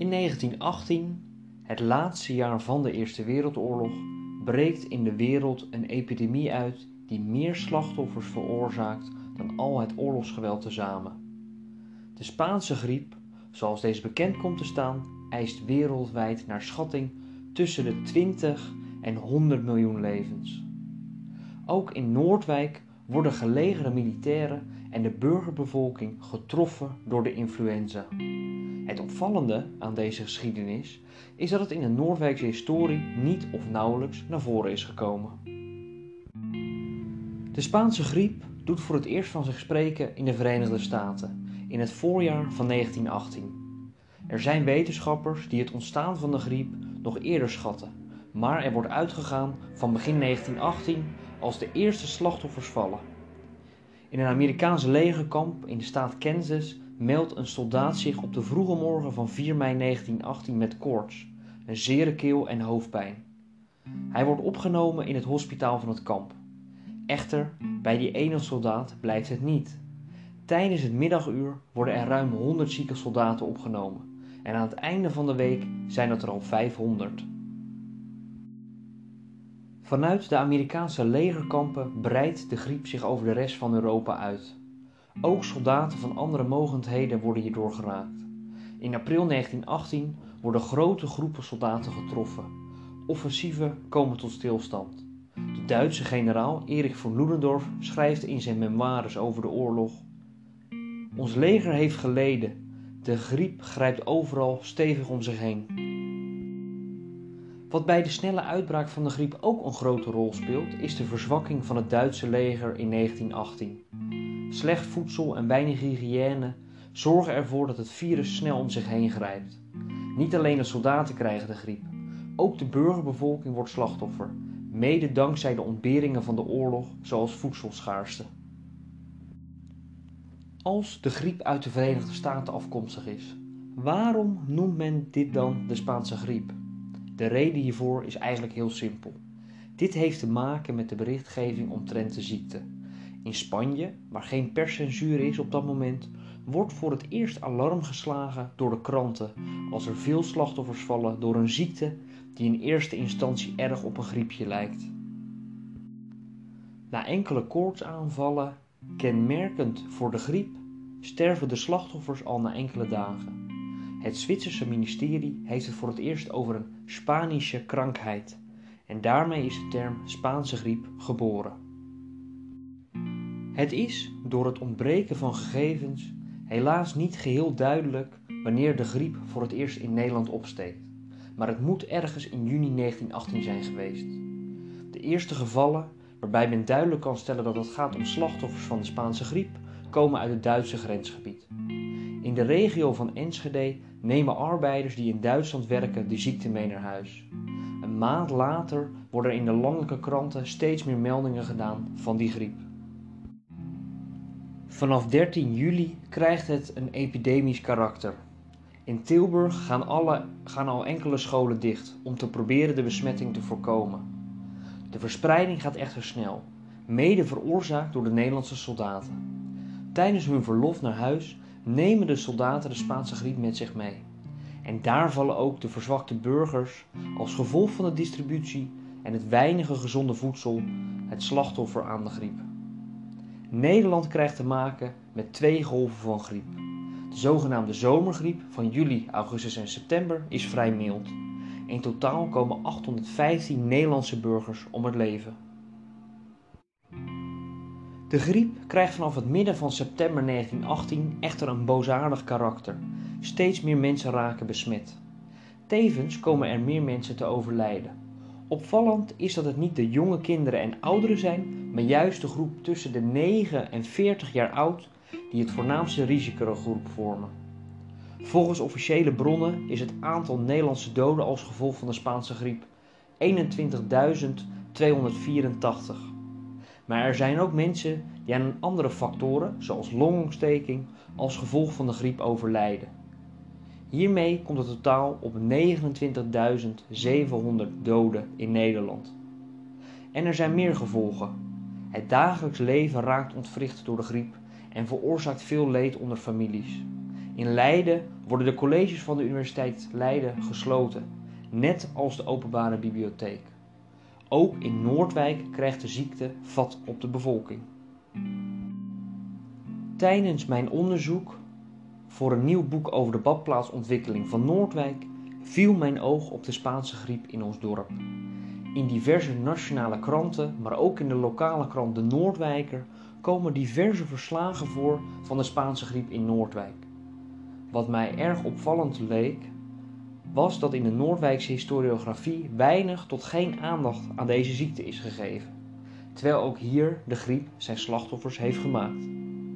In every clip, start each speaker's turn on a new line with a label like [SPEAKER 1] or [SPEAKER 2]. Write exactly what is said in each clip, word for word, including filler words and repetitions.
[SPEAKER 1] In negentien achttien, het laatste jaar van de Eerste Wereldoorlog, breekt in de wereld een epidemie uit die meer slachtoffers veroorzaakt dan al het oorlogsgeweld tezamen. De Spaanse griep, zoals deze bekend komt te staan, eist wereldwijd naar schatting tussen de twintig en honderd miljoen levens. Ook in Noordwijk worden gelegerde militairen en de burgerbevolking getroffen door de influenza. Het opvallende aan deze geschiedenis is dat het in de Noordwijkse historie niet of nauwelijks naar voren is gekomen. De Spaanse griep doet voor het eerst van zich spreken in de Verenigde Staten, in het voorjaar van negentien achttien. Er zijn wetenschappers die het ontstaan van de griep nog eerder schatten, maar er wordt uitgegaan van begin negentien achttien als de eerste slachtoffers vallen. In een Amerikaanse legerkamp in de staat Kansas meldt een soldaat zich op de vroege morgen van vier mei negentien achttien met koorts, een zere keel en hoofdpijn. Hij wordt opgenomen in het hospitaal van het kamp. Echter, bij die ene soldaat blijft het niet. Tijdens het middaguur worden er ruim honderd zieke soldaten opgenomen en aan het einde van de week zijn het er al vijfhonderd. Vanuit de Amerikaanse legerkampen breidt de griep zich over de rest van Europa uit. Ook soldaten van andere mogendheden worden hierdoor geraakt. In april negentien achttien worden grote groepen soldaten getroffen. Offensieven komen tot stilstand. De Duitse generaal Erich von Ludendorff schrijft in zijn memoires over de oorlog: Ons leger heeft geleden. De griep grijpt overal stevig om zich heen. Wat bij de snelle uitbraak van de griep ook een grote rol speelt, is de verzwakking van het Duitse leger in negentien achttien. Slecht voedsel en weinig hygiëne zorgen ervoor dat het virus snel om zich heen grijpt. Niet alleen de soldaten krijgen de griep, ook de burgerbevolking wordt slachtoffer, mede dankzij de ontberingen van de oorlog, zoals voedselschaarste. Als de griep uit de Verenigde Staten afkomstig is, waarom noemt men dit dan de Spaanse griep? De reden hiervoor is eigenlijk heel simpel. Dit heeft te maken met de berichtgeving omtrent de ziekte. In Spanje, waar geen perscensuur is op dat moment, wordt voor het eerst alarm geslagen door de kranten als er veel slachtoffers vallen door een ziekte die in eerste instantie erg op een griepje lijkt. Na enkele koortsaanvallen, kenmerkend voor de griep, sterven de slachtoffers al na enkele dagen. Het Zwitserse ministerie heeft het voor het eerst over een Spanische krankheid en daarmee is de term Spaanse griep geboren. Het is, door het ontbreken van gegevens, helaas niet geheel duidelijk wanneer de griep voor het eerst in Nederland opsteekt, maar het moet ergens in juni negentien achttien zijn geweest. De eerste gevallen, waarbij men duidelijk kan stellen dat het gaat om slachtoffers van de Spaanse griep, komen uit het Duitse grensgebied. In de regio van Enschede nemen arbeiders die in Duitsland werken de ziekte mee naar huis. Een maand later worden er in de landelijke kranten steeds meer meldingen gedaan van die griep. Vanaf dertien juli krijgt het een epidemisch karakter. In Tilburg gaan, alle, gaan al enkele scholen dicht om te proberen de besmetting te voorkomen. De verspreiding gaat echter snel, mede veroorzaakt door de Nederlandse soldaten. Tijdens hun verlof naar huis nemen de soldaten de Spaanse griep met zich mee. En daar vallen ook de verzwakte burgers als gevolg van de distributie en het weinige gezonde voedsel het slachtoffer aan de griep. Nederland krijgt te maken met twee golven van griep. De zogenaamde zomergriep van juli, augustus en september is vrij mild. In totaal komen achthonderdvijftien Nederlandse burgers om het leven. De griep krijgt vanaf het midden van september negentien achttien echter een boosaardig karakter. Steeds meer mensen raken besmet. Tevens komen er meer mensen te overlijden. Opvallend is dat het niet de jonge kinderen en ouderen zijn, maar juist de groep tussen de negen en veertig jaar oud die het voornaamste risicogroep vormen. Volgens officiële bronnen is het aantal Nederlandse doden als gevolg van de Spaanse griep eenentwintigduizend tweehonderdvierentachtig. Maar er zijn ook mensen die aan andere factoren, zoals longontsteking, als gevolg van de griep overlijden. Hiermee komt het totaal op negenentwintigduizend zevenhonderd doden in Nederland. En er zijn meer gevolgen. Het dagelijks leven raakt ontwricht door de griep en veroorzaakt veel leed onder families. In Leiden worden de colleges van de Universiteit Leiden gesloten, net als de openbare bibliotheek. Ook in Noordwijk krijgt de ziekte vat op de bevolking. Tijdens mijn onderzoek voor een nieuw boek over de badplaatsontwikkeling van Noordwijk viel mijn oog op de Spaanse griep in ons dorp. In diverse nationale kranten, maar ook in de lokale krant De Noordwijker, komen diverse verslagen voor van de Spaanse griep in Noordwijk. Wat mij erg opvallend leek, was dat in de Noordwijkse historiografie weinig tot geen aandacht aan deze ziekte is gegeven, terwijl ook hier de griep zijn slachtoffers heeft gemaakt.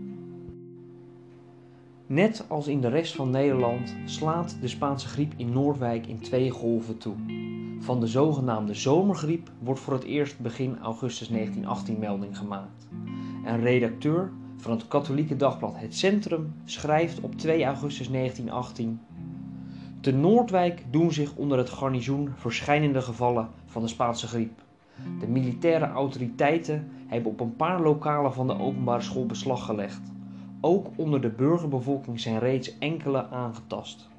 [SPEAKER 1] Net als in de rest van Nederland slaat de Spaanse griep in Noordwijk in twee golven toe. Van de zogenaamde zomergriep wordt voor het eerst begin augustus negentien achttien melding gemaakt. Een redacteur van het katholieke dagblad Het Centrum schrijft op twee augustus negentien achttien: Te Noordwijk doen zich onder het garnizoen verscheidene gevallen van de Spaanse griep. De militaire autoriteiten hebben op een paar lokalen van de openbare school beslag gelegd. Ook onder de burgerbevolking zijn reeds enkele aangetast.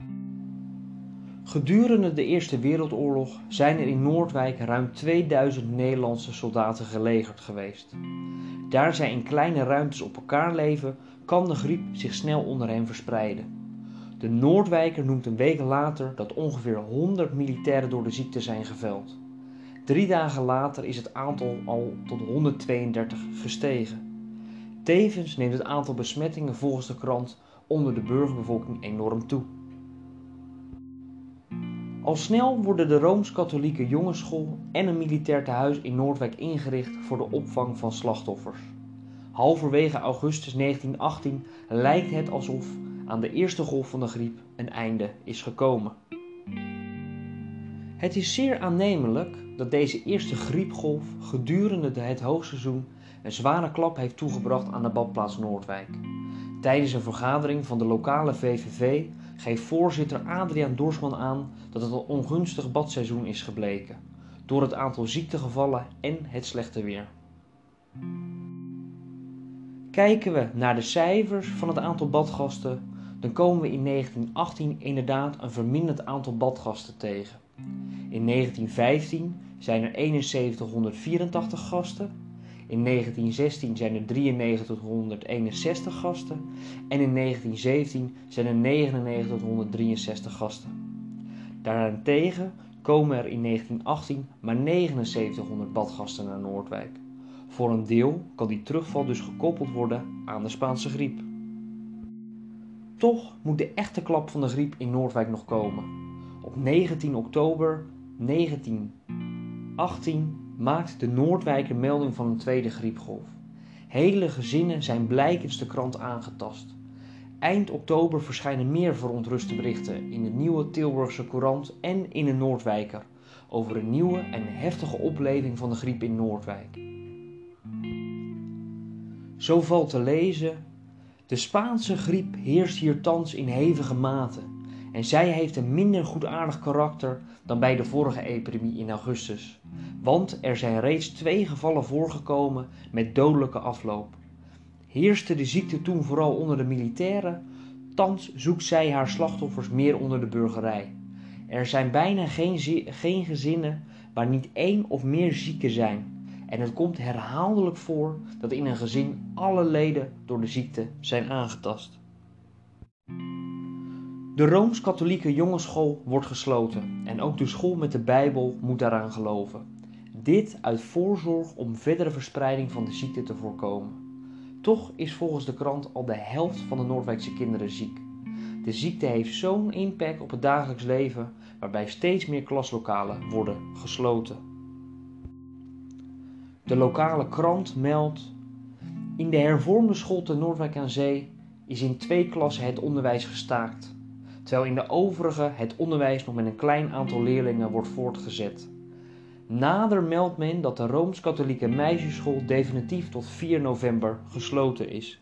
[SPEAKER 1] Gedurende de Eerste Wereldoorlog zijn er in Noordwijk ruim tweeduizend Nederlandse soldaten gelegerd geweest. Daar zij in kleine ruimtes op elkaar leven, kan de griep zich snel onder hen verspreiden. De Noordwijker noemt een week later dat ongeveer honderd militairen door de ziekte zijn geveld. Drie dagen later is het aantal al tot honderdtweeëndertig gestegen. Tevens neemt het aantal besmettingen volgens de krant onder de burgerbevolking enorm toe. Al snel worden de Rooms-Katholieke Jongensschool en een militair tehuis in Noordwijk ingericht voor de opvang van slachtoffers. Halverwege augustus negentien achttien lijkt het alsof aan de eerste golf van de griep een einde is gekomen. Het is zeer aannemelijk dat deze eerste griepgolf gedurende het hoogseizoen een zware klap heeft toegebracht aan de badplaats Noordwijk. Tijdens een vergadering van de lokale V V V geeft voorzitter Adriaan Dorsman aan dat het een ongunstig badseizoen is gebleken, door het aantal ziektegevallen en het slechte weer. Kijken we naar de cijfers van het aantal badgasten, dan komen we in negentien achttien inderdaad een verminderd aantal badgasten tegen. In negentien vijftien zijn er eenenzeventighonderdvierentachtig gasten, in negentien zestien zijn er drieënnegentighonderdeenenzestig gasten en in negentien zeventien zijn er negenennegentighonderddrieënzestig gasten. Daarentegen komen er in negentien achttien maar negenenzeventighonderd badgasten naar Noordwijk. Voor een deel kan die terugval dus gekoppeld worden aan de Spaanse griep. Toch moet de echte klap van de griep in Noordwijk nog komen. Op negentien oktober negentien achttien maakt de Noordwijker melding van een tweede griepgolf. Hele gezinnen zijn blijkens de krant aangetast. Eind oktober verschijnen meer verontruste berichten in de Nieuwe Tilburgse Courant en in de Noordwijker over een nieuwe en heftige opleving van de griep in Noordwijk. Zo valt te lezen: de Spaanse griep heerst hier thans in hevige mate en zij heeft een minder goedaardig karakter dan bij de vorige epidemie in augustus, want er zijn reeds twee gevallen voorgekomen met dodelijke afloop. Heerste de ziekte toen vooral onder de militairen, thans zoekt zij haar slachtoffers meer onder de burgerij. Er zijn bijna geen, geen gezinnen waar niet één of meer zieken zijn. En het komt herhaaldelijk voor dat in een gezin alle leden door de ziekte zijn aangetast. De Rooms-Katholieke Jongensschool wordt gesloten en ook de school met de Bijbel moet daaraan geloven. Dit uit voorzorg om verdere verspreiding van de ziekte te voorkomen. Toch is volgens de krant al de helft van de Noordwijkse kinderen ziek. De ziekte heeft zo'n impact op het dagelijks leven waarbij steeds meer klaslokalen worden gesloten. De lokale krant meldt: in de hervormde school te Noordwijk aan Zee is in twee klassen het onderwijs gestaakt, terwijl in de overige het onderwijs nog met een klein aantal leerlingen wordt voortgezet. Nader meldt men dat de Rooms-Katholieke meisjesschool definitief tot vier november gesloten is.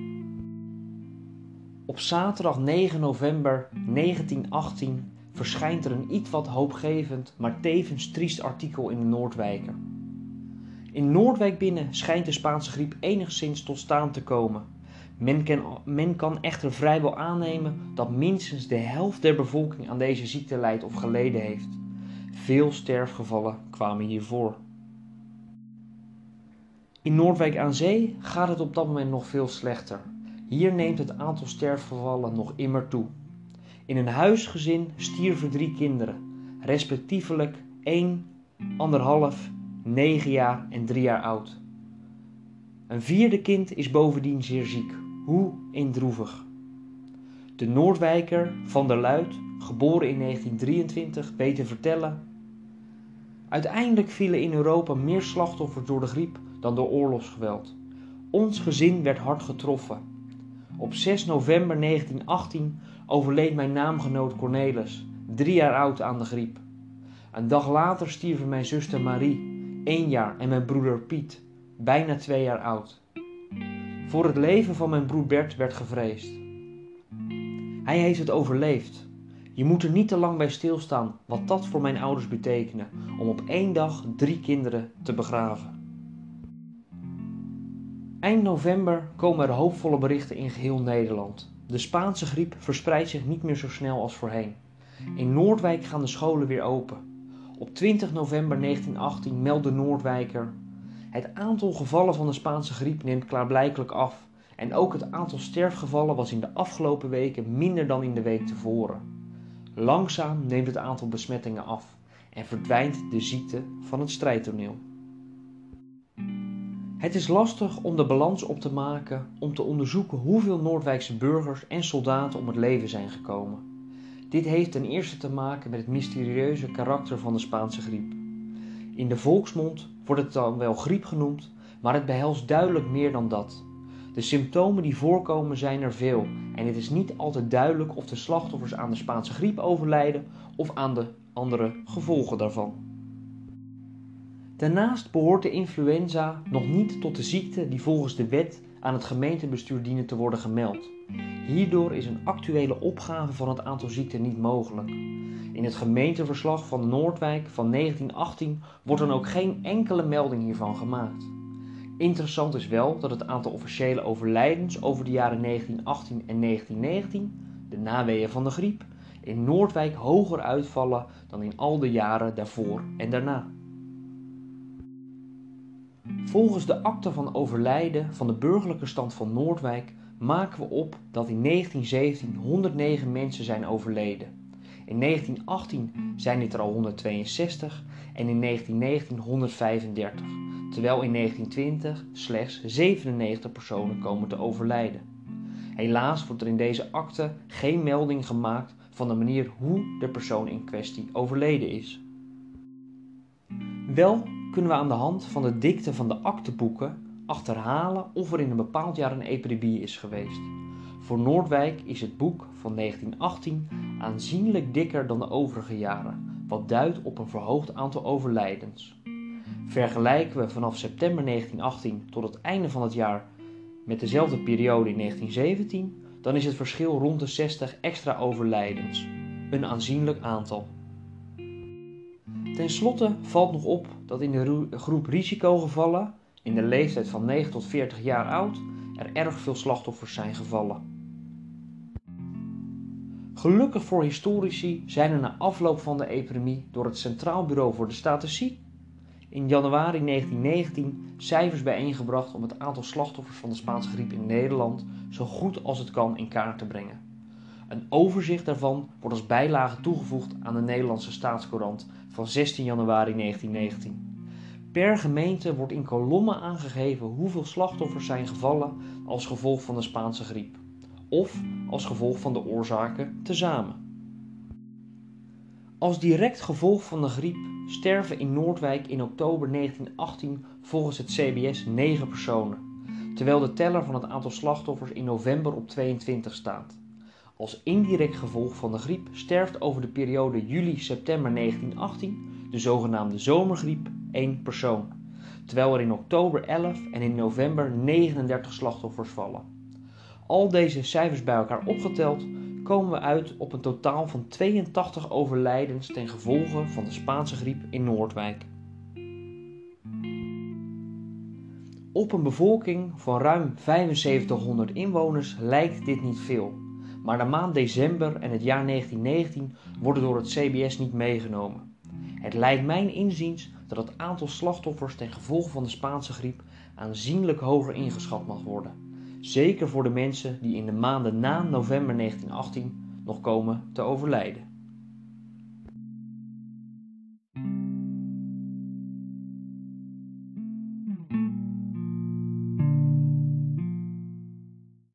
[SPEAKER 1] Op zaterdag negen november negentien achttien verschijnt er een iets wat hoopgevend, maar tevens triest artikel in de Noordwijker. In Noordwijk binnen schijnt de Spaanse griep enigszins tot staan te komen. Men kan, men kan echter vrijwel aannemen dat minstens de helft der bevolking aan deze ziekte lijdt of geleden heeft. Veel sterfgevallen kwamen hiervoor. In Noordwijk aan Zee gaat het op dat moment nog veel slechter. Hier neemt het aantal sterfgevallen nog immer toe. In een huisgezin stierven drie kinderen, respectievelijk één, anderhalf, negen jaar en drie jaar oud. Een vierde kind is bovendien zeer ziek. Hoe eendroevig. De Noordwijker Van der Luit, geboren in negentien drieëntwintig, weet te vertellen: uiteindelijk vielen in Europa meer slachtoffers door de griep dan door oorlogsgeweld. Ons gezin werd hard getroffen. Op zes november negentien achttien overleed mijn naamgenoot Cornelis, drie jaar oud, aan de griep. Een dag later stierven mijn zuster Marie, één jaar, en mijn broeder Piet, bijna twee jaar oud. Voor het leven van mijn broer Bert werd gevreesd. Hij heeft het overleefd. Je moet er niet te lang bij stilstaan wat dat voor mijn ouders betekende, om op één dag drie kinderen te begraven. Eind november komen er hoopvolle berichten in geheel Nederland. De Spaanse griep verspreidt zich niet meer zo snel als voorheen. In Noordwijk gaan de scholen weer open. Op twintig november negentien achttien meldt de Noordwijker: het aantal gevallen van de Spaanse griep neemt klaarblijkelijk af en ook het aantal sterfgevallen was in de afgelopen weken minder dan in de week tevoren. Langzaam neemt het aantal besmettingen af en verdwijnt de ziekte van het strijdtoneel. Het is lastig om de balans op te maken om te onderzoeken hoeveel Noordwijkse burgers en soldaten om het leven zijn gekomen. Dit heeft ten eerste te maken met het mysterieuze karakter van de Spaanse griep. In de volksmond wordt het dan wel griep genoemd, maar het behelst duidelijk meer dan dat. De symptomen die voorkomen zijn er veel en het is niet altijd duidelijk of de slachtoffers aan de Spaanse griep overlijden of aan de andere gevolgen daarvan. Daarnaast behoort de influenza nog niet tot de ziekten die volgens de wet aan het gemeentebestuur dienen te worden gemeld. Hierdoor is een actuele opgave van het aantal ziekten niet mogelijk. In het gemeenteverslag van Noordwijk van negentien achttien wordt dan ook geen enkele melding hiervan gemaakt. Interessant is wel dat het aantal officiële overlijdens over de jaren negentien achttien en negentien negentien, de naweeën van de griep, in Noordwijk hoger uitvallen dan in al de jaren daarvoor en daarna. Volgens de akte van overlijden van de burgerlijke stand van Noordwijk maken we op dat in negentien zeventien honderdnegen mensen zijn overleden. In negentien achttien zijn dit er al honderdtweeënzestig en in negentien negentien honderdvijfendertig, terwijl in negentien twintig slechts zevenennegentig personen komen te overlijden. Helaas wordt er in deze akte geen melding gemaakt van de manier hoe de persoon in kwestie overleden is. Wel kunnen we aan de hand van de dikte van de akteboeken achterhalen of er in een bepaald jaar een epidemie is geweest. Voor Noordwijk is het boek van negentien achttien aanzienlijk dikker dan de overige jaren, wat duidt op een verhoogd aantal overlijdens. Vergelijken we vanaf september negentien achttien tot het einde van het jaar met dezelfde periode in negentien zeventien, dan is het verschil rond de zestig extra overlijdens, een aanzienlijk aantal. Ten slotte valt nog op dat in de groep risicogevallen, in de leeftijd van negen tot veertig jaar oud, er erg veel slachtoffers zijn gevallen. Gelukkig voor historici zijn er na afloop van de epidemie door het Centraal Bureau voor de Statistiek in januari negentien negentien cijfers bijeengebracht om het aantal slachtoffers van de Spaanse griep in Nederland zo goed als het kan in kaart te brengen. Een overzicht daarvan wordt als bijlage toegevoegd aan de Nederlandse Staatscourant van zestien januari negentien negentien. Per gemeente wordt in kolommen aangegeven hoeveel slachtoffers zijn gevallen als gevolg van de Spaanse griep, of als gevolg van de oorzaken tezamen. Als direct gevolg van de griep sterven in Noordwijk in oktober negentien achttien volgens het C B S negen personen, terwijl de teller van het aantal slachtoffers in november op tweeëntwintig staat. Als indirect gevolg van de griep sterft over de periode juli-september negentien achttien, de zogenaamde zomergriep, één persoon, terwijl er in oktober elf en in november negenendertig slachtoffers vallen. Al deze cijfers bij elkaar opgeteld komen we uit op een totaal van tweeëntachtig overlijdens ten gevolge van de Spaanse griep in Noordwijk. Op een bevolking van ruim vijfenzeventighonderd inwoners lijkt dit niet veel, maar de maand december en het jaar negentien negentien worden door het C B S niet meegenomen. Het lijkt mijn inziens dat het aantal slachtoffers ten gevolge van de Spaanse griep aanzienlijk hoger ingeschat mag worden, zeker voor de mensen die in de maanden na november negentien achttien nog komen te overlijden.